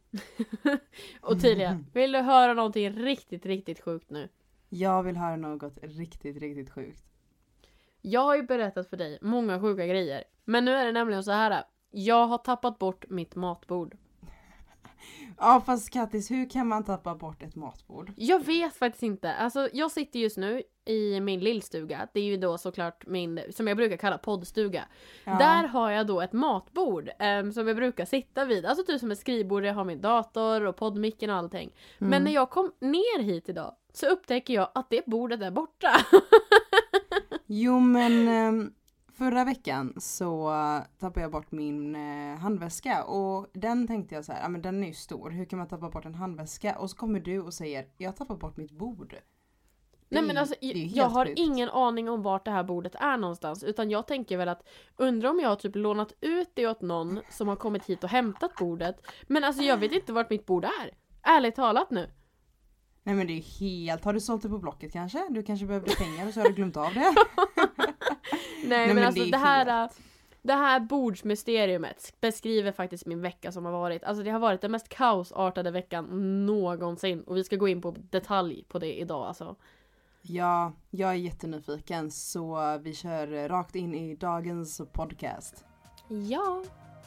Ottilia, vill du höra någonting riktigt, riktigt sjukt nu? Jag vill höra något riktigt, riktigt sjukt. Jag har ju berättat för dig många sjuka grejer. Men nu är det nämligen så här. Jag har tappat bort mitt matbord. Ja, fast Kattis, hur kan man tappa bort ett matbord? Jag vet faktiskt inte. Alltså, jag sitter just nu i min lillstuga. Det är ju då såklart min, som jag brukar kalla poddstuga. Ja. Där har jag då ett matbord som jag brukar sitta vid. Alltså typ som ett skrivbord, jag har min dator och poddmicken och allting. Men när jag kom ner hit idag så upptäcker jag att det bordet är borta. Jo, men förra veckan så tappade jag bort min handväska. Och den tänkte jag så här, ja men den är ju stor. Hur kan man tappa bort en handväska? Och så kommer du och säger, jag tappar bort mitt bord. Nej men alltså, jag har ingen aning om vart det här bordet är någonstans. Utan jag tänker väl att, undrar om jag har typ lånat ut det åt någon som har kommit hit och hämtat bordet. Men alltså jag vet inte vart mitt bord är. Ärligt talat nu. Nej men det är helt, har du sålt det på Blocket kanske? Du kanske behövde pengar och så har du glömt av det. Nej men alltså det här bordsmysteriumet beskriver faktiskt min vecka som har varit. Alltså det har varit den mest kaosartade veckan någonsin. Och vi ska gå in på detalj på det idag alltså. Ja, jag är jättenyfiken så vi kör rakt in i dagens podcast. Ja.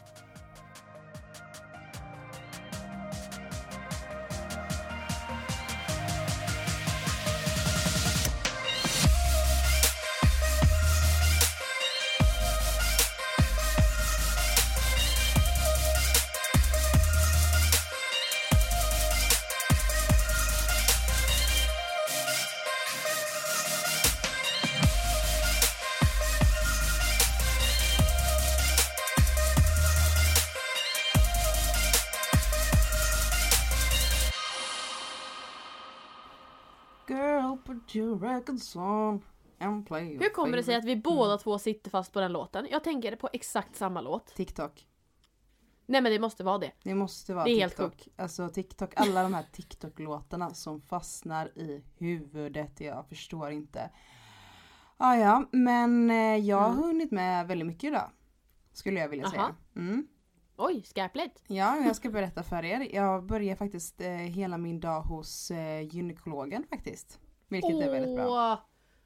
Girl, put your records on and play. Hur kommer det sig att vi båda två sitter fast på den låten? Jag tänker på exakt samma låt. TikTok. Nej men det måste vara det. Det måste vara det är TikTok. Helt alltså TikTok, alla de här TikTok-låtarna som fastnar i huvudet. Jag förstår inte. Ja, men jag har hunnit med väldigt mycket idag. Skulle jag vilja säga. Oj, skarpligt. Ja, jag ska berätta för er. Jag börjar faktiskt hela min dag hos gynekologen faktiskt. Vilket är väldigt bra.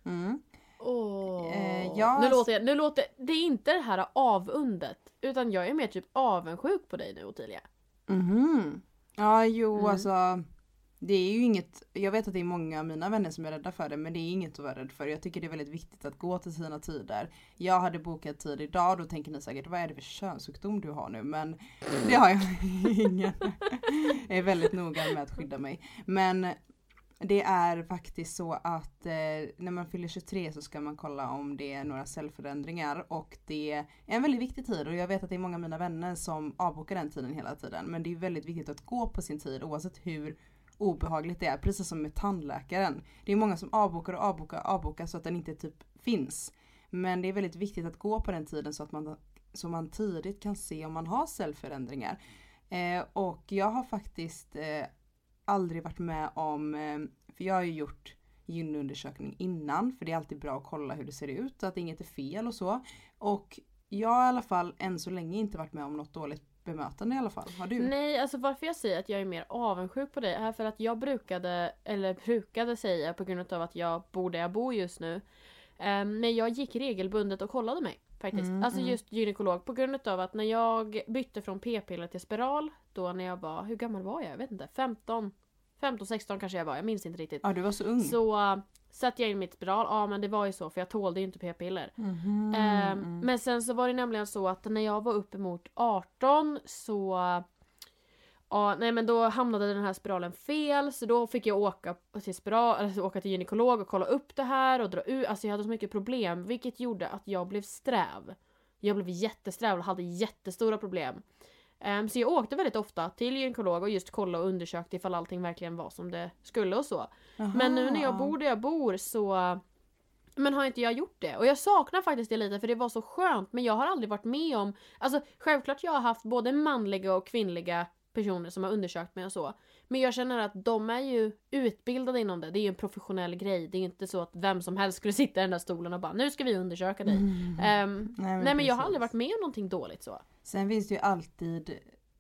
Nu låter det är inte det här avundet. Utan jag är mer typ avundsjuk på dig nu, Ottilia. Ja, alltså. Det är ju inget, jag vet att det är många av mina vänner som är rädda för det, men det är inget att vara rädd för. Jag tycker det är väldigt viktigt att gå till sina tider. Jag hade bokat tid idag, då tänker ni säkert, vad är det för könssjukdom du har nu? Men det har jag ingen. Jag är väldigt noga med att skydda mig. Men det är faktiskt så att när man fyller 23 så ska man kolla om det är några cellförändringar. Och det är en väldigt viktig tid. Och jag vet att det är många av mina vänner som avbokar den tiden hela tiden. Men det är väldigt viktigt att gå på sin tid oavsett hur obehagligt det är. Precis som med tandläkaren. Det är många som avbokar så att den inte typ finns. Men det är väldigt viktigt att gå på den tiden så att man tidigt kan se om man har cellförändringar. Och jag har faktiskt aldrig varit med om, för jag har ju gjort gynundersökning innan, för det är alltid bra att kolla hur det ser ut, så att inget är fel och så. Och jag har i alla fall än så länge inte varit med om något dåligt bemötande i alla fall. Har du? Nej, alltså varför jag säger att jag är mer avundsjuk på dig är för att jag brukade säga på grund av att jag bor där jag bor just nu. Men jag gick regelbundet och kollade mig faktiskt. Just gynekolog på grund av att när jag bytte från p-piller till spiral, då när jag var, hur gammal var jag? Jag vet inte, 15-16 kanske jag var, jag minns inte riktigt. Ja, du var så ung. Så satte jag in mitt spiral, ja men det var ju så för jag tålde ju inte p-piller. Men sen så var det nämligen så att när jag var uppemot 18 så då hamnade den här spiralen fel, så då fick jag åka till gynekolog och kolla upp det här och dra ut. Alltså jag hade så mycket problem, vilket gjorde att jag blev sträv. Jag blev jättesträv och hade jättestora problem. Så jag åkte väldigt ofta till gynekolog och just kolla och undersökte ifall allting verkligen var som det skulle och så. Aha. Men nu när jag bor där jag bor så har inte jag gjort det. Och jag saknar faktiskt det lite för det var så skönt. Men jag har aldrig varit med om, alltså självklart jag har haft både manliga och kvinnliga personer som har undersökt mig och så. Men jag känner att de är ju utbildade inom det. Det är ju en professionell grej. Det är inte så att vem som helst skulle sitta i den där stolen och bara, nu ska vi undersöka dig. Nej men jag har aldrig varit med om någonting dåligt så. Sen finns det ju alltid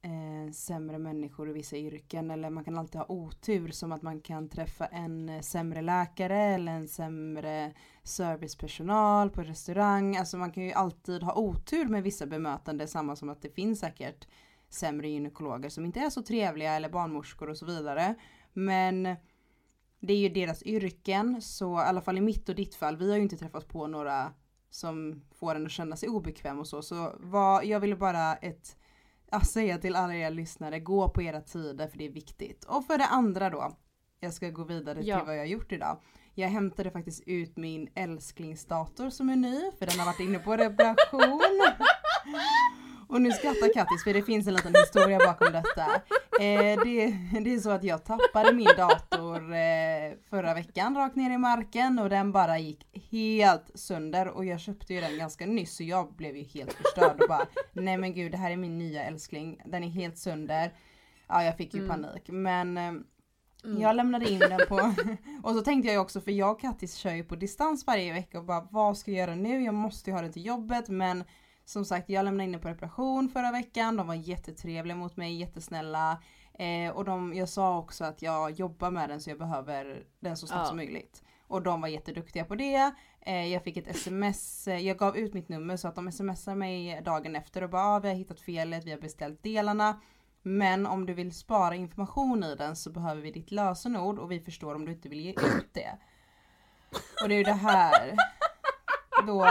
sämre människor i vissa yrken, eller man kan alltid ha otur, som att man kan träffa en sämre läkare eller en sämre servicepersonal på restaurang. Alltså man kan ju alltid ha otur med vissa bemötande, samma som att det finns säkert sämre gynekologer som inte är så trevliga, eller barnmorskor och så vidare. Men det är ju deras yrken, så i alla fall i mitt och ditt fall, vi har ju inte träffat på några som får en att känna sig obekväm och så jag ville bara säga till alla er lyssnare, gå på era tider, för det är viktigt. Och för det andra då, jag ska gå vidare till vad jag har gjort idag. Jag hämtade faktiskt ut min älsklingsdator som är ny, för den har varit inne på reparation. Och nu skrattar Kattis, för det finns en liten historia bakom detta. Det är så att jag tappade min dator förra veckan rakt ner i marken, och den bara gick helt sönder, och jag köpte ju den ganska nyss, så jag blev ju helt förstörd och bara, nej men gud, det här är min nya älskling, den är helt sönder. Ja, jag fick ju panik, men jag lämnade in den på och så tänkte jag ju också, för jag och Kattis kör ju på distans varje vecka, och bara, vad ska jag göra nu? Jag måste ju ha den till jobbet, men som sagt, jag lämnade in den på reparation förra veckan. De var jättetrevliga mot mig, jättesnälla. Och jag sa också att jag jobbar med den, så jag behöver den så snabbt som möjligt. Och de var jätteduktiga på det. Jag fick ett sms, jag gav ut mitt nummer, så att de smsade mig dagen efter och bara, vi har hittat felet, vi har beställt delarna. Men om du vill spara information i den, så behöver vi ditt lösenord, och vi förstår om du inte vill ge ut det. Och det är ju det här. Då...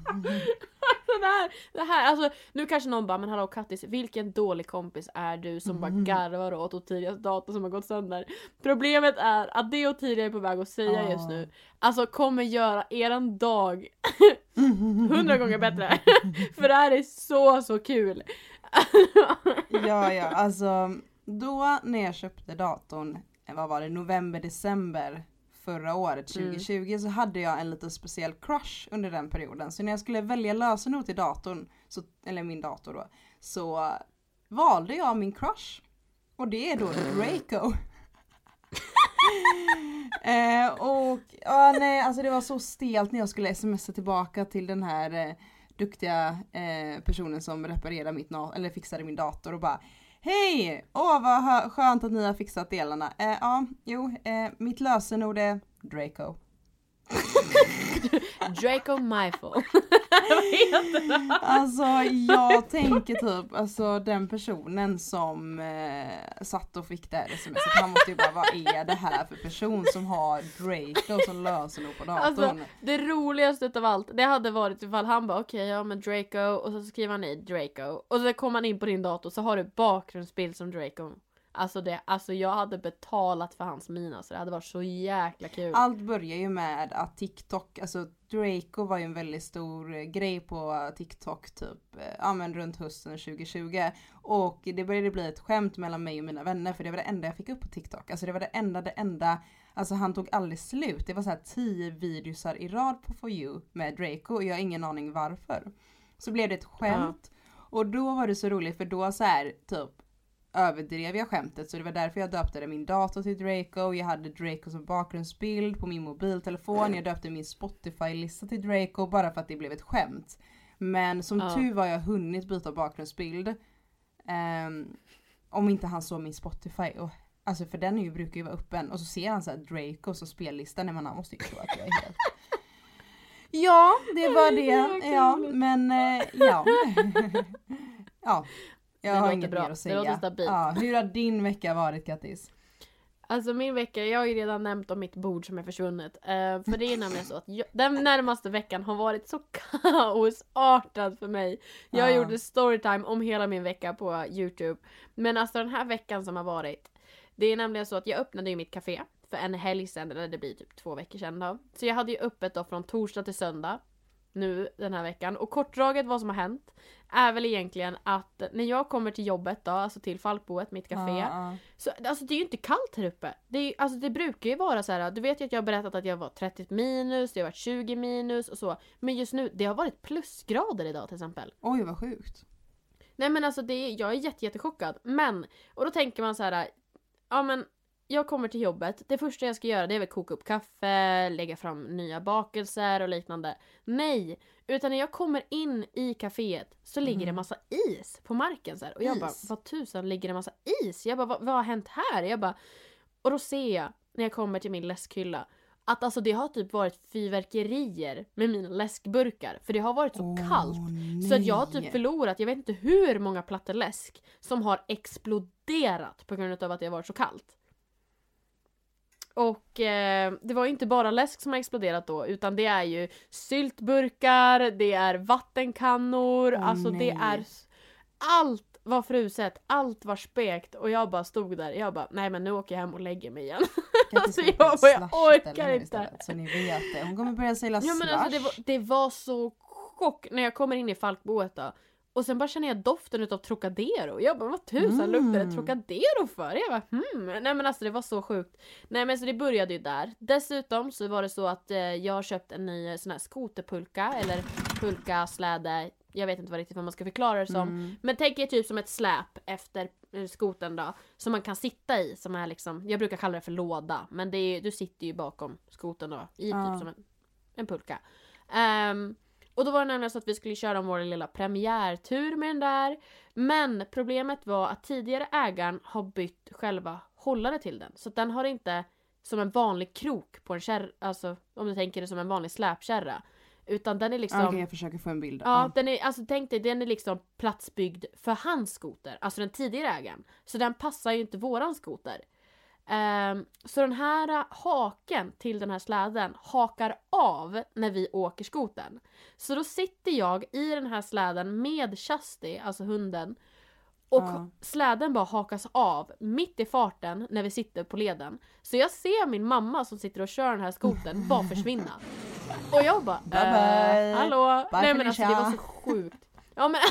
Det här, alltså nu kanske någon bara, men hallå Kattis, vilken dålig kompis är du som bara garvar åt Ottilias dator som har gått sönder. Problemet är att det Ottilia är på väg att säga just nu, alltså kommer göra eran dag 100 gånger bättre. För det här är så kul. Ja, alltså då när jag köpte datorn, vad var det, november-december förra året, 2020, så hade jag en lite speciell crush under den perioden. Så när jag skulle välja lösenord till datorn, eller min dator då, så valde jag min crush. Och det är då Draco. Alltså det var så stelt när jag skulle smsa tillbaka till den här duktiga personen som reparerade eller fixade min dator, och bara, hej! Vad skönt att ni har fixat delarna. Mitt lösenord är Draco. Draco Myful. Alltså jag tänker typ, alltså den personen som satt och fick det här sms, han måste ju bara, vad är det här för person som har Draco som lösenord på datorn? Alltså det roligaste av allt, det hade varit ifall han bara, okej, men Draco, och så skriver han i Draco, och så kommer han in på din dator, så har du bakgrundsbild som Draco. Alltså jag hade betalat för hans mina, så det hade varit så jäkla kul. Allt börjar ju med att TikTok, alltså Draco var ju en väldigt stor grej på TikTok typ, runt hösten 2020. Och det började bli ett skämt mellan mig och mina vänner, för det var det enda jag fick upp på TikTok. Alltså det var det enda, alltså han tog aldrig slut. Det var så här 10 videosar i rad på For You med Draco, och jag har ingen aning varför. Så blev det ett skämt, och då var det så roligt, för då så här typ överdrev jag skämtet, så det var därför jag döpte min dator till Draco. Jag hade Draco som bakgrundsbild på min mobiltelefon. Jag döpte min Spotify-lista till Draco bara för att det blev ett skämt. Men som tur var jag hunnit byta bakgrundsbild. Om inte han såg min Spotify. Alltså för den brukar ju vara öppen. Och så ser han så här Draco som spellistan. Men han måste ju tro att jag är helt... Ja, det var det. Ja, men ja. Ja. Jag har inget mer att säga. Det låter stabilt. Ja, hur har din vecka varit, Kattis? Alltså min vecka, jag har ju redan nämnt om mitt bord som är försvunnet. För det är nämligen så att den närmaste veckan har varit så kaosartad för mig. Jag gjorde storytime om hela min vecka på YouTube. Men alltså den här veckan som har varit, det är nämligen så att jag öppnade ju mitt café för en helg sedan, eller det blir typ 2 veckor sedan då. Så jag hade ju öppet då från torsdag till söndag nu den här veckan. Och kortdraget vad som har hänt är väl egentligen att när jag kommer till jobbet då, alltså till Falkboet, mitt café, så alltså det är ju inte kallt här uppe. Det brukar ju vara så här, du vet ju att jag har berättat att jag var 30 minus, det har varit 20 minus och så. Men just nu, det har varit plusgrader idag till exempel. Oj, vad sjukt. Nej men alltså jag är jättechockad. Men, och då tänker man så här, ja men jag kommer till jobbet. Det första jag ska göra det är väl koka upp kaffe, lägga fram nya bakelser och liknande. Nej, utan när jag kommer in i kaféet så ligger det massa is på marken så här. Och jag bara, vad tusan ligger det massa is? Jag bara, vad har hänt här? Jag bara, och då ser jag när jag kommer till min läskhylla att alltså det har typ varit fyrverkerier med mina läskburkar. För det har varit så kallt. Nej. Så att jag har typ förlorat, jag vet inte hur många plattor läsk som har exploderat på grund av att det har varit så kallt. Och det var ju inte bara läsk som har exploderat då, utan det är ju syltburkar, det är vattenkannor, alltså nej. det är allt var fruset, allt var spekt och jag bara stod där, jag bara, nej men nu åker jag hem och lägger mig igen. Alltså jag orkar inte. Så ni vet det. Hon kommer börja sälja slush. Ja men alltså det var så chock när jag kommer in i Falkboet då. Och sen bara känner jag doften utav Trocadero. Jag bara, vad tusan luktar det Trocadero för? Jag bara, nej men alltså det var så sjukt. Nej men så det började ju där. Dessutom så var det så att jag har köpt en ny sån här skoterpulka. Eller pulka-släde. Jag vet inte vad riktigt vad man ska förklara det som. Men tänk er typ som ett släp efter skoten då. Som man kan sitta i. Som är liksom, jag brukar kalla det för låda. Men det är, du sitter ju bakom skoten då. I typ som en pulka. Och då var det nämligen så att vi skulle köra vår lilla premiärtur med den där. Men problemet var att tidigare ägaren har bytt själva hållare till den. Så att den har inte som en vanlig krok på en kärra. Alltså om du tänker det som en vanlig släpkärra. Utan den är liksom... Okej, jag försöker få en bild. Ja, den är, alltså tänk dig, den är liksom platsbyggd för hans skoter. Alltså den tidigare ägaren. Så den passar ju inte våran skoter. Så den här haken till den här släden hakar av när vi åker skoten. Så då sitter jag i den här släden med Chasti, alltså hunden. Och släden bara hakas av mitt i farten när vi sitter på leden. Så jag ser min mamma som sitter och kör den här skoten bara försvinna. Och jag bara, hallå? Bye, nej men alltså det var så sjukt. Ja men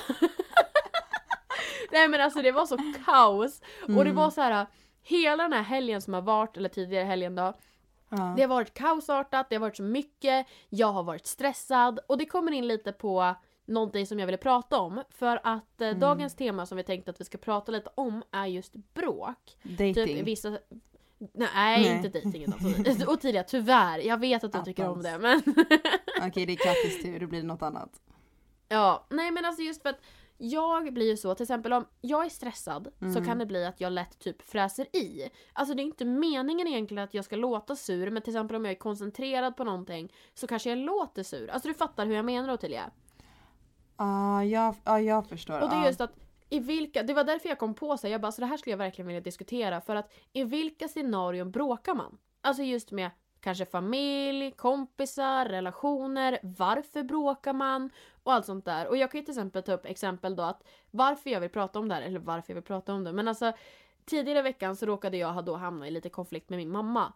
nej men alltså det var så kaos. Och det var så här, hela den här helgen som har varit, eller tidigare helgen då. Det har varit kaosartat, det har varit så mycket. Jag har varit stressad. Och det kommer in lite på någonting som jag ville prata om. För att dagens tema som vi tänkte att vi ska prata lite om är just bråk. Dating. Typ vissa... Nej, inte dating. Och tidigare, tyvärr. Jag vet att du tycker om det, men... Okej, det är Kattis tur, det blir något annat. Ja, nej men alltså just för att jag blir ju så, till exempel om jag är stressad så kan det bli att jag lätt typ fräser i. Alltså det är inte meningen egentligen att jag ska låta sur, men till exempel om jag är koncentrerad på någonting så kanske jag låter sur. Alltså du fattar hur jag menar, Ottilia. Jag förstår. Och det är just att det var därför jag kom på sig, jag bara, så det här skulle jag verkligen vilja diskutera, för att i vilka scenarion bråkar man? Alltså just med kanske familj, kompisar, relationer, varför bråkar man och allt sånt där. Och jag kan ju till exempel ta upp exempel då att varför jag vill prata om det här, eller varför jag vill prata om det. Men alltså tidigare i veckan så råkade jag då hamna i lite konflikt med min mamma.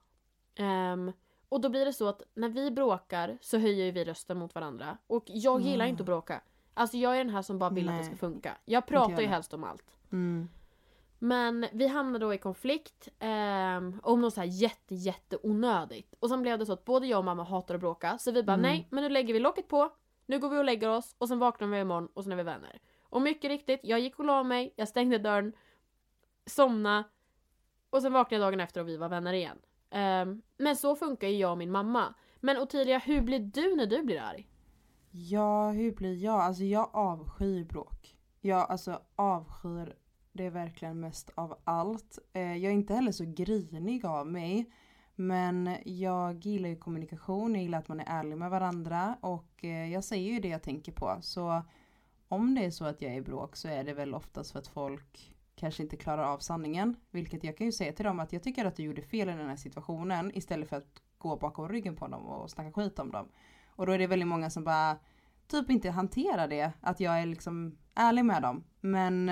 Och då blir det så att när vi bråkar så höjer vi rösten mot varandra. Och jag gillar inte att bråka. Alltså jag är den här som bara vill att det ska funka. Jag pratar ju helst om allt. Men vi hamnade då i konflikt om något så här jätte onödigt. Och sen blev det så att både jag och mamma hatar att bråka. Så vi bara, nej, men nu lägger vi locket på. Nu går vi och lägger oss. Och sen vaknar vi imorgon och sen är vi vänner. Och mycket riktigt, jag gick och la mig. Jag stängde dörren. Somna. Och sen vaknade jag dagen efter och vi var vänner igen. Men så funkar ju jag och min mamma. Men Ottilia, hur blir du när du blir arg? Ja, hur blir jag? Alltså jag avskyr bråk. Jag avskyr det verkligen mest av allt. Jag är inte heller så grinig av mig. Men jag gillar ju kommunikation. Jag gillar att man är ärlig med varandra. Och jag säger ju det jag tänker på. Så om det är så att jag är i bråk så är det väl oftast för att folk kanske inte klarar av sanningen. Vilket jag kan ju säga till dem att jag tycker att du gjorde fel i den här situationen. Istället för att gå bakom ryggen på dem och snacka skit om dem. Och då är det väldigt många som bara typ inte hanterar det. Att jag är liksom ärlig med dem. Men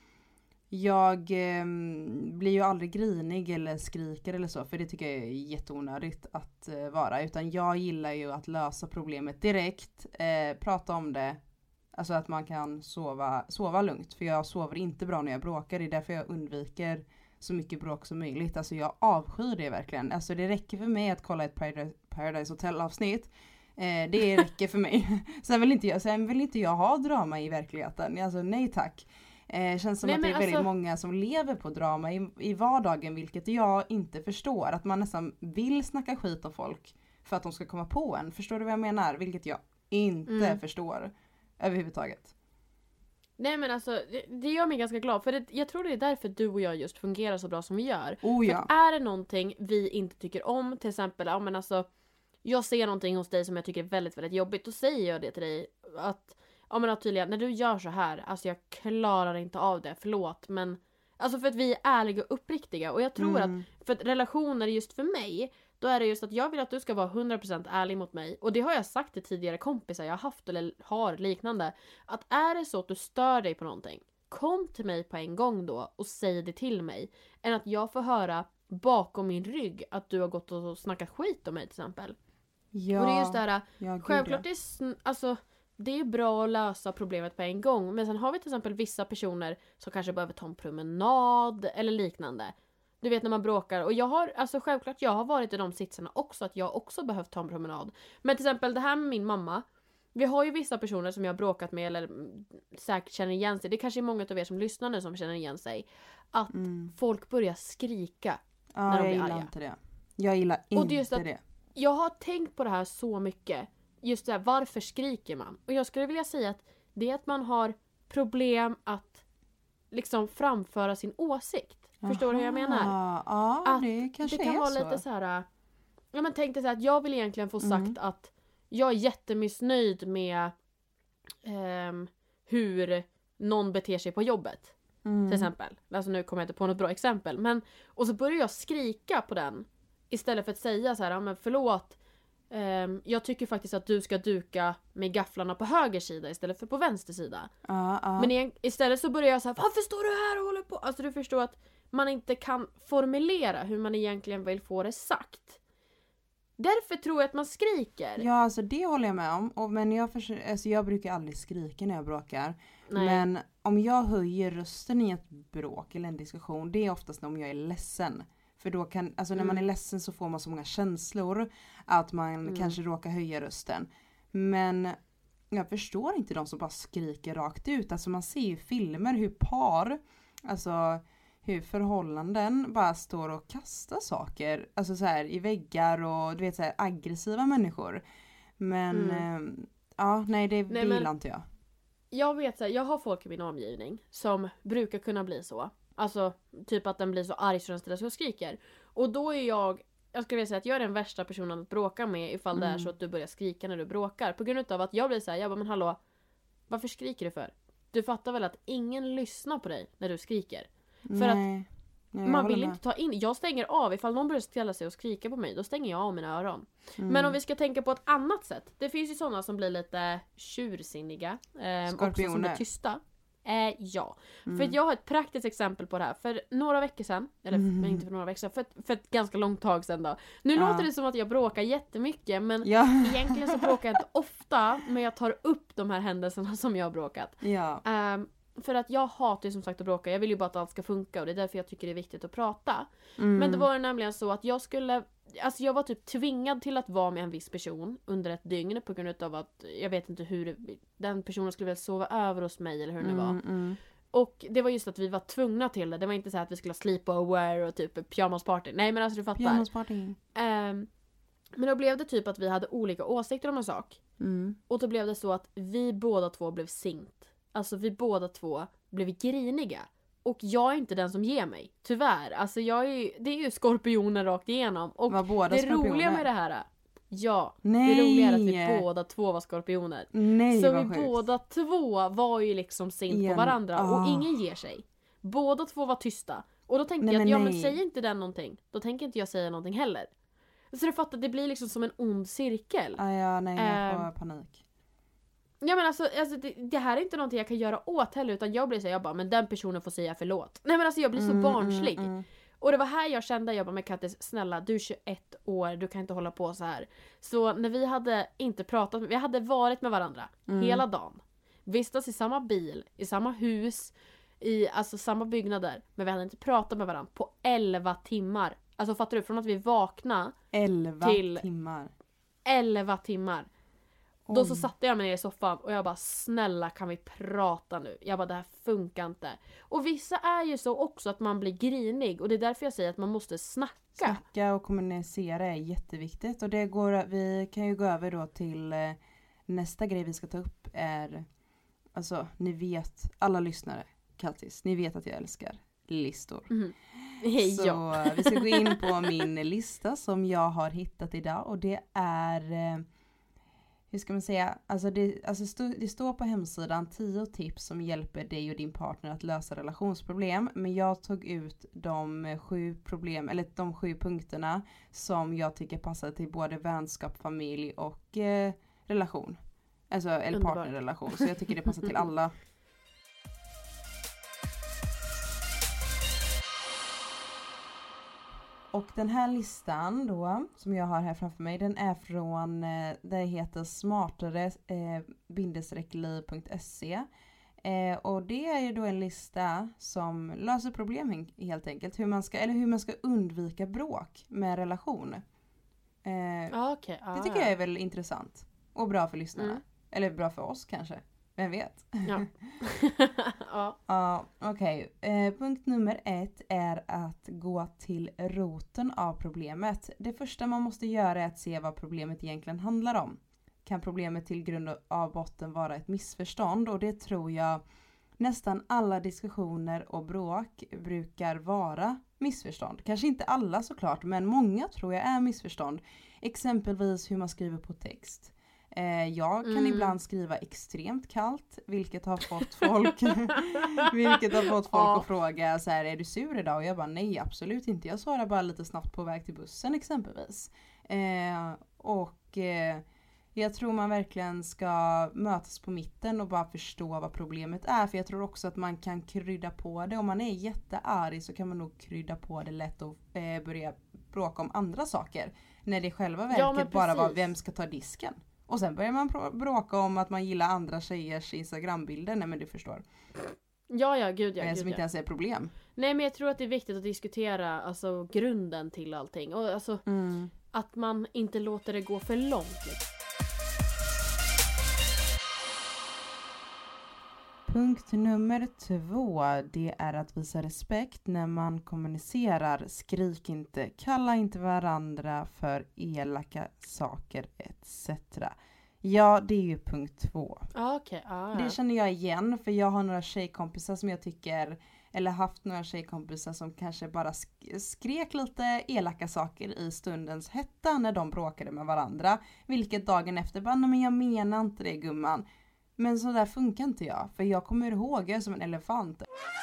jag blir ju aldrig grinig eller skriker eller så. För det tycker jag är jätteonödigt att vara. Utan jag gillar ju att lösa problemet direkt. Prata om det. Alltså att man kan sova lugnt. För jag sover inte bra när jag bråkar. Det är därför jag undviker så mycket bråk som möjligt. Alltså jag avskyr det verkligen. Alltså det räcker för mig att kolla ett Paradise Hotel-avsnitt. Det räcker för mig. Sen vill inte jag ha drama i verkligheten. Alltså nej tack. Känns som Nej, att det är men väldigt alltså- många som lever på drama i vardagen, vilket jag inte förstår. Att man nästan vill snacka skit om folk för att de ska komma på en. Förstår du vad jag menar? Vilket jag inte förstår överhuvudtaget. Nej men alltså, det gör mig ganska glad. För jag tror det är därför du och jag just fungerar så bra som vi gör. Oh För ja. att är det någonting vi inte tycker om, till exempel, ja men alltså, jag ser någonting hos dig som jag tycker är väldigt, väldigt jobbigt. Då säger jag det till dig. Att, ja men tydligen, när du gör så här, alltså jag klarar inte av det, förlåt. Men, alltså för att vi är ärliga och uppriktiga. Och jag tror att, för att relationer just för mig, då är det just att jag vill att du ska vara 100% ärlig mot mig. Och det har jag sagt till tidigare kompisar jag har haft eller har liknande. Att är det så att du stör dig på någonting, kom till mig på en gång då och säg det till mig. Än att jag får höra bakom min rygg att du har gått och snackat skit om mig till exempel. Ja. Och det är just det här, Ja, självklart det är, alltså, det är bra att lösa problemet på en gång. Men sen har vi till exempel vissa personer som kanske behöver ta en promenad eller liknande. Du vet när man bråkar. Och jag har, alltså självklart jag har varit i de sitsarna också. Att jag också behövt ta en promenad. Men till exempel det här med min mamma. Vi har ju vissa personer som jag har bråkat med. Eller säkert känner igen sig. Det kanske är många av er som lyssnar nu som känner igen sig. Att folk börjar skrika när de blir jag arga. gillar inte det. Jag gillar Och det är inte just att- det. Jag har tänkt på det här så mycket. Just det här, varför skriker man? Och jag skulle vilja säga att det är att man har problem att liksom framföra sin åsikt. Förstår du hur jag menar? Ja, Att det kanske det kan är vara så. lite så här. Ja men tänk dig så här att jag vill egentligen få sagt att jag är jättemissnöjd med hur någon beter sig på jobbet. Till exempel. Alltså nu kommer jag inte på något bra exempel. Men, och så börjar jag skrika på den. Istället för att säga så här, ja men förlåt. Jag tycker faktiskt att du ska duka med gafflarna på höger sida istället för på vänster sida. Men istället så börjar jag så här, varför står du här och håller på? Alltså du förstår att man inte kan formulera hur man egentligen vill få det sagt. Därför tror jag att man skriker. Ja, alltså det håller jag med om. Men jag brukar aldrig skrika när jag bråkar. Nej. Men om jag höjer rösten i ett bråk eller en diskussion, det är oftast om jag är ledsen. För då kan, alltså när man är ledsen så får man så många känslor att man kanske råkar höja rösten. Men jag förstår inte de som bara skriker rakt ut. Alltså man ser ju filmer hur par, alltså hur förhållanden bara står och kastar saker. Alltså så här i väggar och du vet så här aggressiva människor. Men ja, nej det gillar inte jag. Jag vet så här, jag har folk i min omgivning som brukar kunna bli så. Alltså typ att den blir så arg så den ställer sig och skriker. Och då är jag skulle vilja säga att jag är den värsta personen att bråka med ifall det är så att du börjar skrika när du bråkar. På grund av att jag blir så här, jag bara, men hallå, varför skriker du för? Du fattar väl att ingen lyssnar på dig när du skriker? För att man vill inte ta in, jag stänger av, ifall någon börjar ställa sig och skrika på mig, då stänger jag av mina öron. Men om vi ska tänka på ett annat sätt, det finns ju sådana som blir lite tjursinniga, också som är tysta. Ja, för jag har ett praktiskt exempel på det här. För några veckor sedan, eller men inte för några veckor sedan, för ett ganska långt tag sedan då. Nu låter det som att jag bråkar jättemycket, men egentligen så bråkar jag inte ofta, men jag tar upp de här händelserna som jag har bråkat. För att jag hatar ju som sagt att bråka. Jag vill ju bara att allt ska funka och det är därför jag tycker det är viktigt att prata. Men det var nämligen så att jag var typ tvingad till att vara med en viss person under ett dygn på grund av att jag vet inte hur den personen skulle väl sova över hos mig eller hur det var. Och det var just att vi var tvungna till det. Det var inte så att vi skulle ha sleepover och typ pyjamasparty. Nej men alltså du fattar. Pyjamasparty. Men då blev det typ att vi hade olika åsikter om en sak. Och då blev det så att vi båda två blev sint. Alltså vi båda två blev griniga. Och jag är inte den som ger mig. Tyvärr. Alltså det är ju skorpioner rakt igenom. Och det roliga med det här. Ja. Det roliga är att vi båda två var skorpioner. Så vi båda två var ju liksom sint på varandra. Och ingen ger sig. Båda två var tysta. Och då tänkte jag att men säger inte den någonting. Då tänker inte jag säga någonting heller. Så du fattar, det blir liksom som en ond cirkel. Jag får panik. Ja men alltså det här är inte någonting jag kan göra åt heller, utan jag blir så jag bara, men den personen får säga förlåt. Nej men alltså jag blir så barnslig. Och det var här jag kände, jag bara, men Kattis, snälla, du är 21 år, du kan inte hålla på så här. Så när vi hade inte pratat, vi hade varit med varandra hela dagen. Vistas i samma bil, i samma hus, i alltså samma byggnader, men vi hade inte pratat med varandra på 11 timmar. Alltså fattar du, från att vi vaknade 11 till timmar. 11 timmar. Då så satte jag mig ner i soffan och jag bara, snälla kan vi prata nu? Jag bara, det här funkar inte. Och vissa är ju så också att man blir grinig. Och det är därför jag säger att man måste snacka. Snacka och kommunicera är jätteviktigt. Och vi kan ju gå över då till nästa grej vi ska ta upp är, alltså ni vet, alla lyssnare, Kattis, ni vet att jag älskar listor. Så vi ska gå in på min lista som jag har hittat idag. Och det är, hur ska man säga, det står på hemsidan 10 tips som hjälper dig och din partner att lösa relationsproblem. Men jag tog ut de 7 punkterna som jag tycker passar till både vänskap, familj och relation. Alltså, eller partnerrelation. Så jag tycker det passar till alla. Och den här listan då, som jag har här framför mig, den är från, det heter smartare-liv.se. Och det är ju då en lista som löser problem helt enkelt. Hur man ska undvika bråk med relation. Det tycker jag är väl intressant. Och bra för lyssnarna. Eller bra för oss kanske. Vem vet? Ja. Okej. Punkt nummer 1 är att gå till roten av problemet. Det första man måste göra är att se vad problemet egentligen handlar om. Kan problemet till grund av botten vara ett missförstånd? Och det tror jag nästan alla diskussioner och bråk brukar vara missförstånd. Kanske inte alla såklart, men många tror jag är missförstånd. Exempelvis hur man skriver på text. Jag kan ibland skriva extremt kallt, vilket har fått folk att fråga så här, är du sur idag? Och jag bara, nej absolut inte. Jag svarar bara lite snabbt på väg till bussen exempelvis. Jag tror man verkligen ska mötas på mitten och bara förstå vad problemet är. För jag tror också att man kan krydda på det. Om man är jättearg så kan man nog krydda på det lätt och börja bråka om andra saker. När det själva verket bara var vem ska ta disken. Och sen börjar man bråka om att man gillar andra tjejers Instagram-bilder. Nej men du förstår. Gud ja. Som inte ens är problem. Nej men jag tror att det är viktigt att diskutera alltså grunden till allting. Och alltså att man inte låter det gå för långt. Punkt nummer 2, det är att visa respekt när man kommunicerar. Skrik inte, kalla inte varandra för elaka saker etc. Ja, det är ju punkt 2. Det känner jag igen, för jag har några tjejkompisar som jag tycker, eller haft några tjejkompisar som kanske bara skrek lite elaka saker i stundens hetta när de bråkade med varandra. Vilket dagen efter bara, nej men jag menar inte det gumman. Men så där funkar inte jag. För jag kommer ihåg, jag är som en elefant.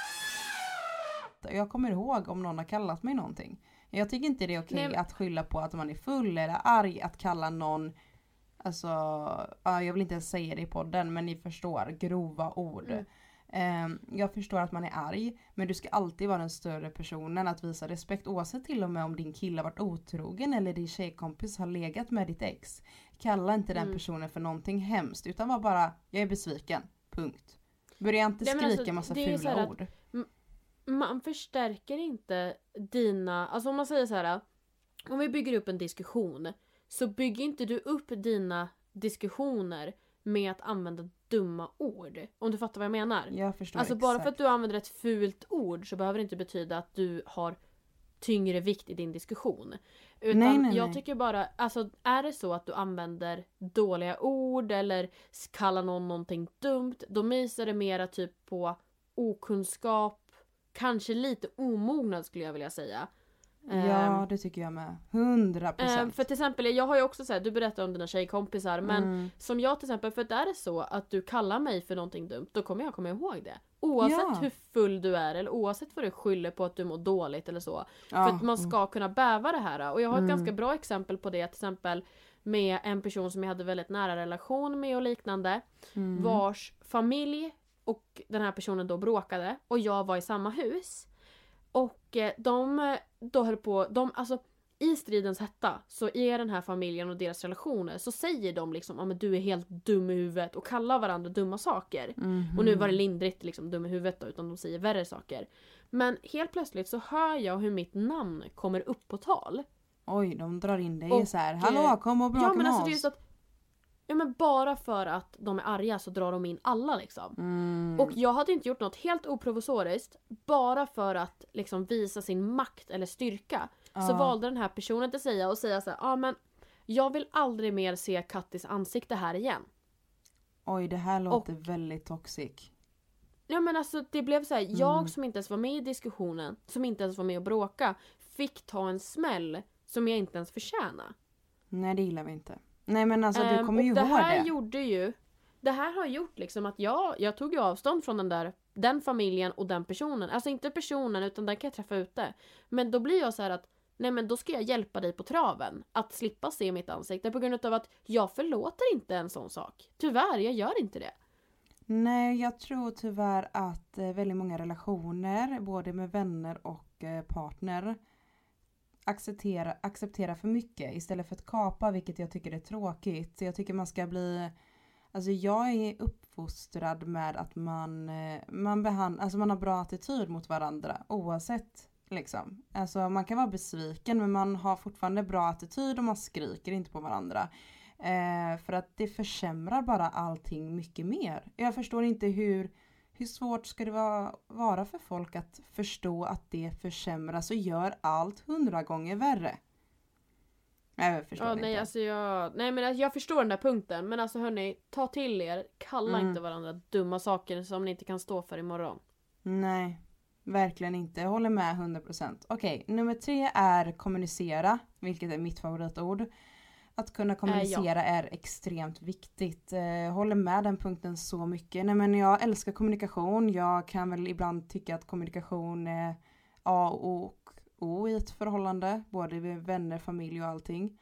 Jag kommer ihåg om någon har kallat mig någonting. Jag tycker inte det är okej att skylla på att man är full eller arg. Att kalla någon, alltså, jag vill inte ens säga det i podden, men ni förstår, grova ord. Jag förstår att man är arg, men du ska alltid vara den större personen att visa respekt, oavsett till och med om din kille har varit otrogen eller din tjejkompis har legat med ditt ex. Kalla inte den personen för någonting hemskt, utan var bara, jag är besviken, punkt. Börja inte skrika massa fula ord. Man förstärker inte dina, alltså om man säger så här, om vi bygger upp en diskussion, så bygger inte du upp dina diskussioner med att använda dumma ord. Om du fattar vad jag menar. Jag förstår alltså bara för att du använder ett fult ord så behöver det inte betyda att du har tyngre vikt i din diskussion. Utan jag tycker bara, alltså är det så att du använder dåliga ord eller kallar någon någonting dumt, då visar det mera typ på okunskap, kanske lite omognad skulle jag vilja säga. Ja, det tycker jag med. 100%. För till exempel, jag har ju också såhär, du berättar om dina tjejkompisar, men som jag till exempel, för att är det så att du kallar mig för någonting dumt, då kommer jag komma ihåg det. Oavsett hur full du är, eller oavsett vad du skyller på att du mår dåligt eller så. För att man ska kunna bäva det här. Och jag har ett ganska bra exempel på det, till exempel med en person som jag hade väldigt nära relation med och liknande, vars familj och den här personen då bråkade, och jag var i samma hus. Och de då höll på, alltså i stridens hetta, så i den här familjen och deras relationer så säger de liksom, ja men du är helt dum i huvudet, och kallar varandra dumma saker. Och nu var det lindrigt liksom dum i huvudet då, utan de säger värre saker. Men helt plötsligt så hör jag hur mitt namn kommer upp på tal. Oj, de drar in dig så här. Hallå, kom och bråka med alltså oss. Det är just att Ja, men bara för att de är arga så drar de in alla liksom. Och jag hade inte gjort något helt oprovisoriskt. Bara för att liksom visa sin makt eller styrka. Så valde den här personen att säga så här, men jag vill aldrig mer se Kattis ansikte här igen. Oj, det här låter väldigt toxic. Ja, men alltså det blev så här, jag som inte ens var med i diskussionen, som inte ens var med och bråka, fick ta en smäll som jag inte ens förtjänade. Nej, det gillar vi inte. Nej, men alltså du kommer ju ihåg det. Det här har gjort liksom att jag tog ju avstånd från den familjen och den personen. Alltså inte personen, utan den kan jag träffa ute. Men då blir jag så här att, nej men då ska jag hjälpa dig på traven. Att slippa se mitt ansikte på grund av att jag förlåter inte en sån sak. Tyvärr, jag gör inte det. Nej, jag tror tyvärr att väldigt många relationer, både med vänner och partner, acceptera för mycket istället för att kapa, vilket jag tycker är tråkigt. Jag tycker man ska bli, alltså jag är uppfostrad med att man har bra attityd mot varandra oavsett liksom. Alltså man kan vara besviken men man har fortfarande bra attityd och man skriker inte på varandra. För att det försämrar bara allting mycket mer. Jag förstår inte hur svårt ska det vara för folk att förstå att det försämras och gör allt 100 gånger värre. Jag förstår inte. Jag förstår den där punkten. Men alltså hörni, ta till er. Kalla inte varandra dumma saker som ni inte kan stå för imorgon. Nej, verkligen inte. Jag håller med 100%. Okej, nummer 3 är kommunicera. Vilket är mitt favoritord. Att kunna kommunicera är extremt viktigt. Håller med den punkten så mycket. Nej, men jag älskar kommunikation. Jag kan väl ibland tycka att kommunikation är A och O i ett förhållande. Både med vänner, familj och allting.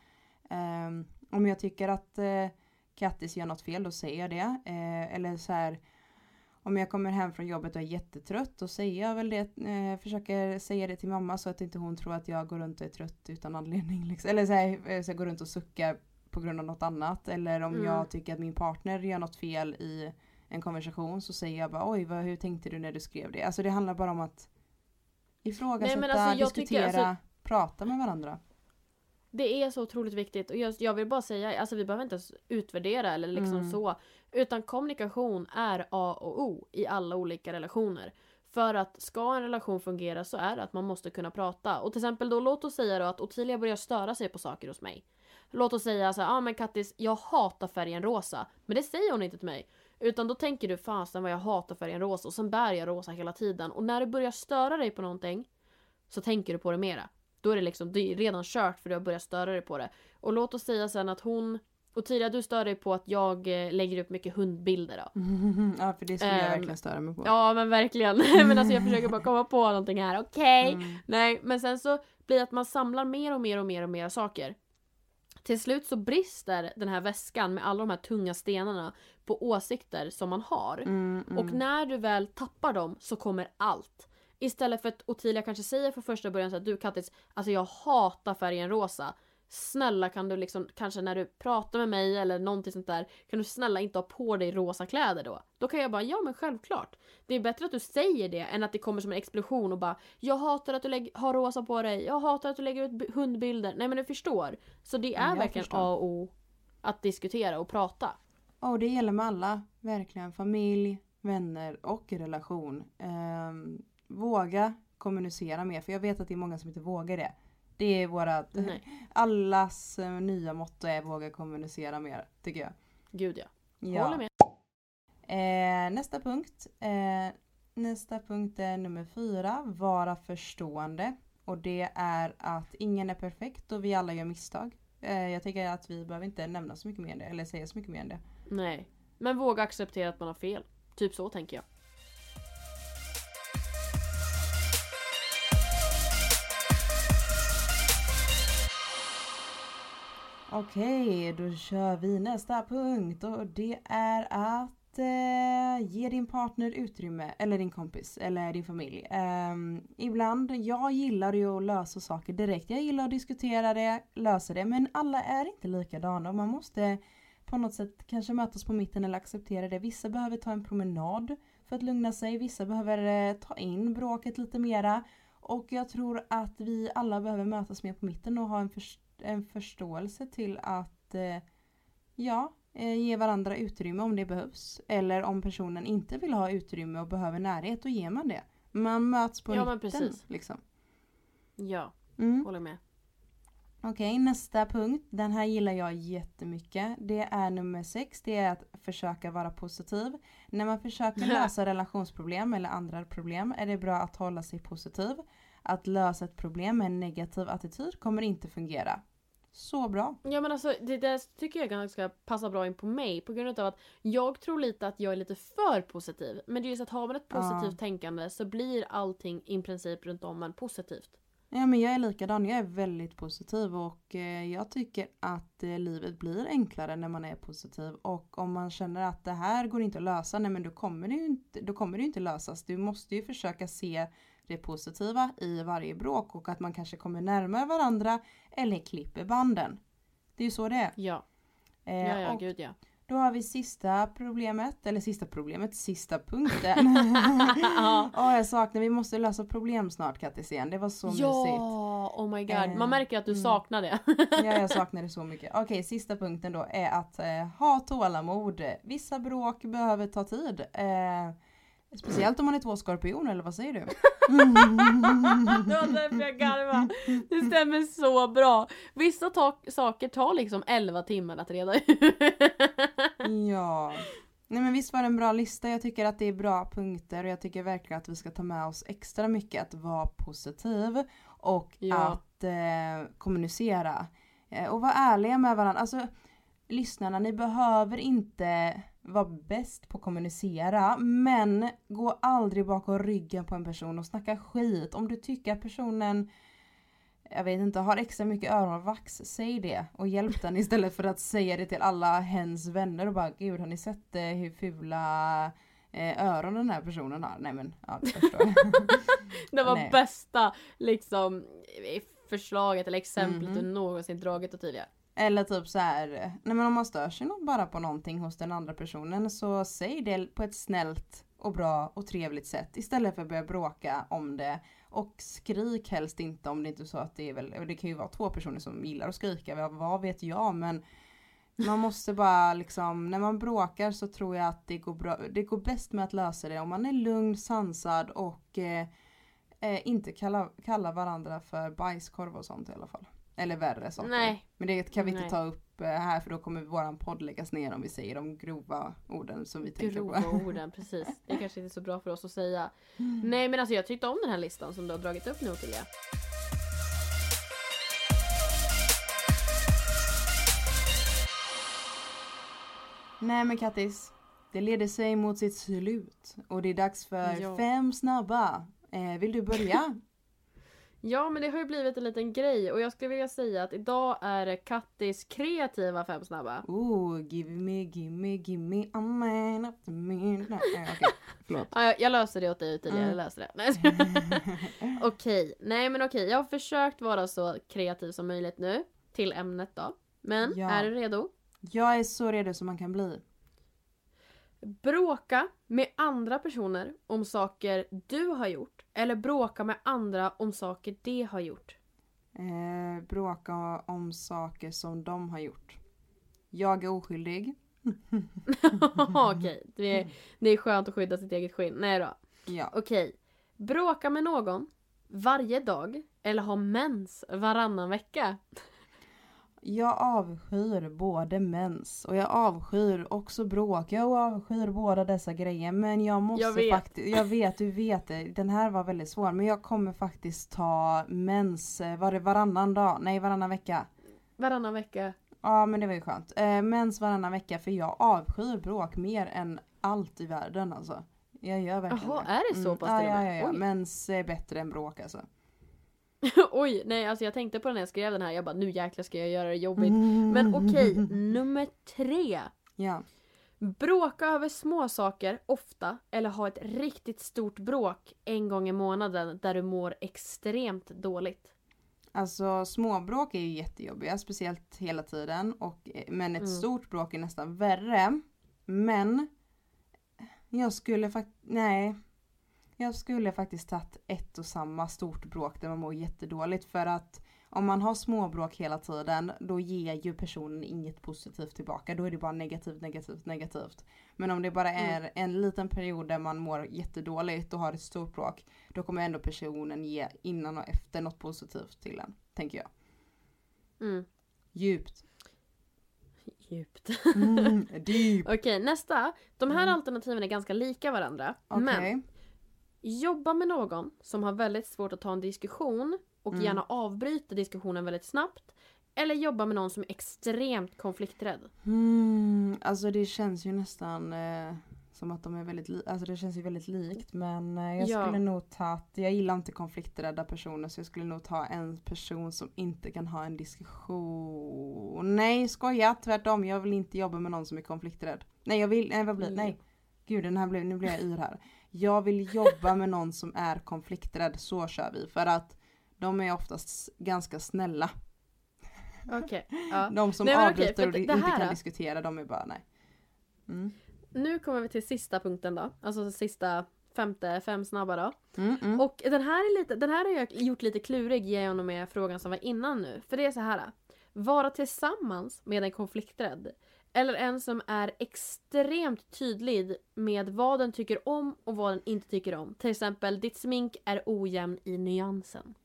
Om jag tycker att Kattis gör något fel, då säger jag det. Eller så här, om jag kommer hem från jobbet och är jättetrött, då säger jag väl det, försöker säga det till mamma så att inte hon tror att jag går runt och är trött utan anledning. Liksom. Eller så jag går runt och suckar på grund av något annat. Eller om jag tycker att min partner gör något fel i en konversation, så säger jag bara, oj, hur tänkte du när du skrev det? Alltså det handlar bara om att ifrågasätta, diskutera, prata med varandra. Det är så otroligt viktigt. Och jag vill bara säga, alltså vi behöver inte ens utvärdera eller liksom så. Utan kommunikation är A och O i alla olika relationer. För att ska en relation fungera så är det att man måste kunna prata. Och till exempel då, låt oss säga då att Ottilia börjar störa sig på saker hos mig. Låt oss säga så här, men Kattis, jag hatar färgen rosa. Men det säger hon inte till mig. Utan då tänker du, fasen vad jag hatar färgen rosa. Och sen bär jag rosa hela tiden. Och när du börjar störa dig på någonting, så tänker du på det mera. Då är det är redan kört för du har börjat störa dig på det. Och låt oss säga sen att och tidigare du stör dig på att jag lägger upp mycket hundbilder då. Ja, för det skulle jag verkligen störa mig på. Ja, men verkligen. Men alltså jag försöker bara komma på någonting här. Okej. Nej, men sen så blir det att man samlar mer och mer saker. Till slut så brister den här väskan med alla de här tunga stenarna på åsikter som man har. Och när du väl tappar dem så kommer allt. Istället för att Ottilia kanske säger för första början så att du Kattis, alltså jag hatar färgen rosa. Snälla kan du liksom, kanske när du pratar med mig eller någonting sånt där, kan du snälla inte ha på dig rosa kläder då? Då kan jag bara, ja men självklart. Det är bättre att du säger det än att det kommer som en explosion och bara, jag hatar att du har rosa på dig, jag hatar att du lägger ut hundbilder. Nej men du förstår. Så det är verkligen A och O att diskutera och prata. Och det gäller med alla, verkligen. Familj, vänner och relation. Våga kommunicera mer, för jag vet att det är många som inte vågar det. Det är allas nya motto är våga kommunicera mer, tycker jag. Gud ja. Håller med. Nästa punkt är nummer 4, vara förstående. Och det är att ingen är perfekt och vi alla gör misstag. Jag tycker att vi behöver inte nämna så mycket mer än det, eller säga så mycket mer än det. Nej, men våga acceptera att man har fel. Typ så tänker jag. Okej, då kör vi nästa punkt och det är att ge din partner utrymme, eller din kompis, eller din familj. Ibland, jag gillar ju att lösa saker direkt. Jag gillar att diskutera det, lösa det, men alla är inte likadana och man måste på något sätt kanske mötas på mitten eller acceptera det. Vissa behöver ta en promenad för att lugna sig, vissa behöver ta in bråket lite mera och jag tror att vi alla behöver mötas mer på mitten och ha en förståelse till att ge varandra utrymme om det behövs. Eller om personen inte vill ha utrymme och behöver närhet, då ger man det. Man möts på mitten. Precis. Liksom. Ja, håller med. Okej, nästa punkt. Den här gillar jag jättemycket. Det är nummer 6. Det är att försöka vara positiv. När man försöker lösa relationsproblem eller andra problem är det bra att hålla sig positiv. Att lösa ett problem med en negativ attityd kommer inte fungera. Så bra. Ja, men alltså det där tycker jag ganska passa bra in på mig. På grund av att jag tror lite att jag är lite för positiv. Men det är just att har man ett positivt tänkande så blir allting i princip runt om en positivt. Ja, men jag är likadan. Jag är väldigt positiv och jag tycker att livet blir enklare när man är positiv. Och om man känner att det här går inte att lösa, nej men då kommer det ju inte lösas. Du måste ju försöka se det positiva i varje bråk och att man kanske kommer närmare varandra eller klipper banden. Det är ju så det är. Ja. Gud ja. Då har vi sista punkten. Jag saknar, vi måste lösa problem snart, Kattis igen. Det var så mysigt. Ja, oh my god. Man märker att du saknar det. Ja, jag saknar det så mycket. Okej, sista punkten då är att ha tålamod. Vissa bråk behöver ta tid. Speciellt om man är 2 skorpion, eller vad säger du? Det var därför jag garva. Det stämmer så bra. Vissa saker tar liksom 11 timmar att reda ut. Ja. Nej, men visst var det en bra lista. Jag tycker att det är bra punkter och jag tycker verkligen att vi ska ta med oss extra mycket att vara positiv och att kommunicera. Och vara ärliga med varandra. Alltså, lyssnarna, ni behöver inte vara bäst på att kommunicera, men gå aldrig bakom ryggen på en person och snacka skit. Om du tycker att personen, jag vet inte, har extra mycket öronvax, säg det och hjälp den istället för att säga det till alla hens vänner och bara, gud, har ni sett hur fula öron den här personen har? Nej men, ja, jag förstår. Det var bästa liksom förslaget eller exemplet du någonsin dragit och tidigare. Eller typ så här, nej men om man stör sig nog bara på någonting hos den andra personen, så säg det på ett snällt och bra och trevligt sätt istället för att börja bråka om det. Och skrik helst inte om det inte är så att det är väl, och det kan ju vara 2 personer som gillar att skrika, vad vet jag, men man måste bara liksom, när man bråkar så tror jag att det går bra, det går bäst med att lösa det om man är lugn, sansad och inte kalla varandra för bajskorv och sånt i alla fall. Eller värre saker. Nej. Men det kan vi inte ta upp här, för då kommer våran podd läggas ner om vi säger de grova orden som vi tänker på. Grova orden, precis. Det är kanske inte är så bra för oss att säga. Nej, men alltså jag tyckte om den här listan som du har dragit upp nu, Ottilia. Nej men Kattis, det leder sig mot sitt slut. Och det är dags för 5 snabba. Vill du börja? Ja, men det har ju blivit en liten grej. Och jag skulle vilja säga att idag är det Kattis kreativa 5 snabba. Give me a man after me. Okej, förlåt. Ja, jag löser det åt dig tidigare. Jag löser det. Okej. Nej, men okej. Jag har försökt vara så kreativ som möjligt nu. Till ämnet då. Men, är du redo? Jag är så redo som man kan bli. Bråka med andra personer om saker du har gjort. Eller bråka med andra om saker de har gjort. Bråka om saker som de har gjort. Jag är oskyldig. Okej, det är skönt att skydda sitt eget skinn. Nej då. Ja. Okej. Bråka med någon varje dag. Eller ha mens varannan vecka. Jag avskyr både mens och jag avskyr också bråk. Jag avskyr båda dessa grejer, men jag måste faktiskt, du vet det. Den här var väldigt svår, men jag kommer faktiskt ta mens, var det varannan dag? Nej, varannan vecka. Varannan vecka. Ja, men det var ju skönt. Mens varannan vecka, för jag avskyr bråk mer än allt i världen alltså. Jag gör verkligen det. Jaha, är det så pass till och med? Ja. Mens är bättre än bråk alltså. Oj, nej, alltså jag tänkte på när jag skrev den här. Jag bara, nu jäklar ska jag göra det jobbigt. Men okej, nummer 3. Ja. Bråka över små saker ofta. Eller ha ett riktigt stort bråk en gång i månaden där du mår extremt dåligt. Alltså småbråk är ju jättejobbiga, speciellt hela tiden. Men ett stort bråk är nästan värre. Men jag skulle faktiskt, nej. Jag skulle faktiskt tagit ett och samma stort bråk där man mår jättedåligt. För att om man har småbråk hela tiden, då ger ju personen inget positivt tillbaka. Då är det bara negativt. Men om det bara är en liten period där man mår jättedåligt och har ett stort bråk, då kommer ändå personen ge innan och efter något positivt till en, tänker jag. Djupt. Deep. Okej, nästa. De här alternativen är ganska lika varandra. Men jobba med någon som har väldigt svårt att ta en diskussion och gärna avbryta diskussionen väldigt snabbt. Eller jobba med någon som är extremt konflikträdd. Alltså det känns ju nästan som att de är väldigt alltså det känns ju väldigt likt. Men jag skulle nog jag gillar inte konflikträdda personer, så jag skulle nog ta en person som inte kan ha en diskussion. Nej, skoja, tvärtom. Jag vill inte jobba med någon som är konflikträdd. Nej, gud, nu blir jag yr här. Jag vill jobba med någon som är konflikträdd, så kör vi. För att de är oftast ganska snälla. Okej. De som avbryter och inte kan diskutera, de är bara nej. Nu kommer vi till sista punkten då. Alltså sista 5 snabba då. Och den här har jag gjort lite klurig genom med frågan som var innan nu. För det är så här. Vara tillsammans med en konflikträdd. Eller en som är extremt tydlig med vad den tycker om och vad den inte tycker om. Till exempel, ditt smink är ojämn i nyansen.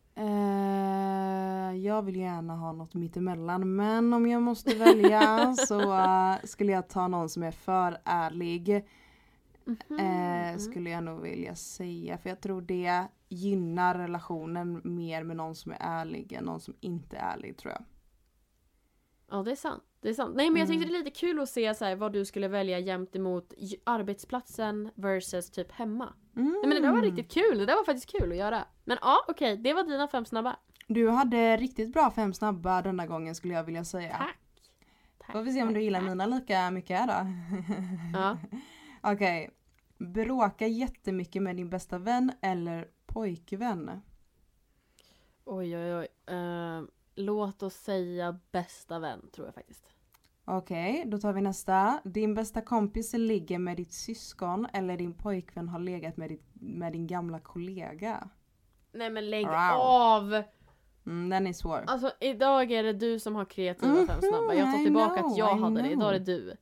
Jag vill gärna ha något mittemellan. Men om jag måste välja så skulle jag ta någon som är för ärlig. Skulle jag nog vilja säga. För jag tror det gynnar relationen mer med någon som är ärlig än någon som inte är ärlig, tror jag. Ja, det är sant. Nej, men jag tyckte det är lite kul att se så här, vad du skulle välja jämt emot arbetsplatsen versus typ hemma. Nej, men det där var riktigt kul. Det där var faktiskt kul att göra. Men ja, okej. Det var dina 5 snabba. Du hade riktigt bra 5 snabba denna gången, skulle jag vilja säga. Tack. Får vi se om du gillar mina lika mycket här då. Ja. Okej. Bråka jättemycket med din bästa vän eller pojkvän? Oj. Låt oss säga bästa vän, tror jag faktiskt. Okej, då tar vi nästa. Din bästa kompis ligger med ditt syskon eller din pojkvän har legat med din gamla kollega? Nej, men lägg av! Den är svår. Alltså, idag är det du som har kreativa 5 snabba. Jag tar tillbaka att jag hade det. Idag är det du.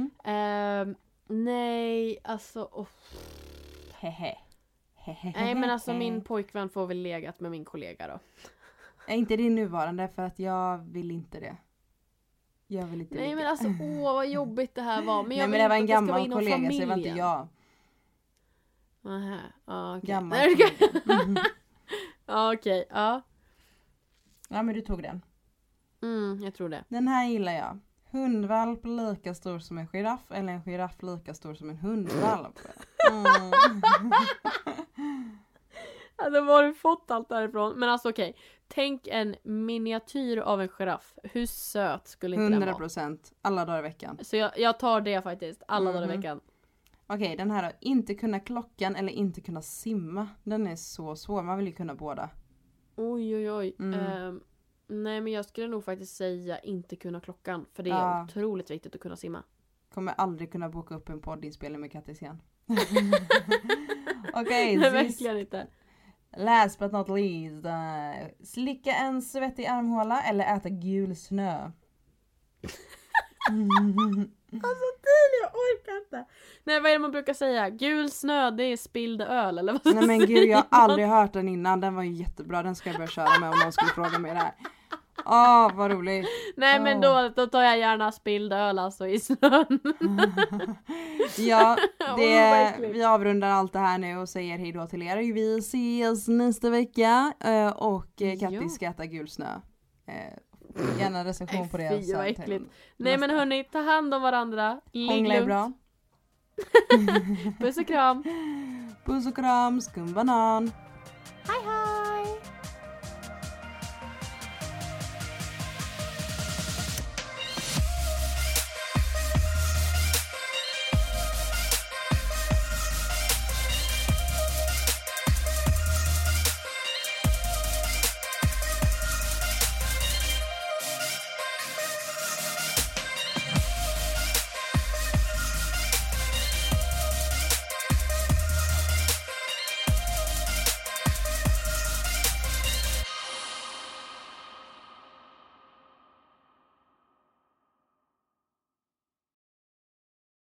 Nej, alltså... Nej, men alltså min pojkvän får väl legat med min kollega då. Är inte din nuvarande, för att jag vill inte det. Jag vill inte. Nej, men alltså vad jobbigt det här var. Men nej, men det var en gammal kollega, så det var inte jag. Okej. Gammal. Okej, ja. Ja, men du tog den. Jag tror det. Den här gillar jag. Hundvalp lika stor som en giraff eller en giraff lika stor som en hundvalp. Alltså, var har du fått allt därifrån? Men alltså okej. Tänk en miniatyr av en giraff. Hur söt skulle inte den vara? 100% alla dagar i veckan. Så jag tar det faktiskt. Alla dagar i veckan. Okej, den här då. Inte kunna klockan eller inte kunna simma. Den är så svår. Man vill ju kunna båda. Oj. Nej, men jag skulle nog faktiskt säga inte kunna klockan. För det är otroligt viktigt att kunna simma. Kommer aldrig kunna boka upp en poddinspelning med Kattis igen. Okej, nej, verkligen inte. Last but not least. Slicka en svettig armhåla eller äta gul snö. Alltså jag orkar inte. Nej, vad är det man brukar säga? Gul snö, det är spilld öl eller vad? Nej men gud, jag har aldrig hört den innan. Den var ju jättebra, den ska jag börja köra med om någon skulle fråga mig det här. Vad roligt. Nej men då tar jag gärna spilld öl alltså i snön. Ja, vi avrundar allt det här nu och säger hej då till er. Vi ses nästa vecka och Kattis ska äta gul snö. Gärna recension på det. Fy, vad äckligt. Nej men hörni, ta hand om varandra. Hångla är bra. Puss och kram. Puss och kram, skumbanan.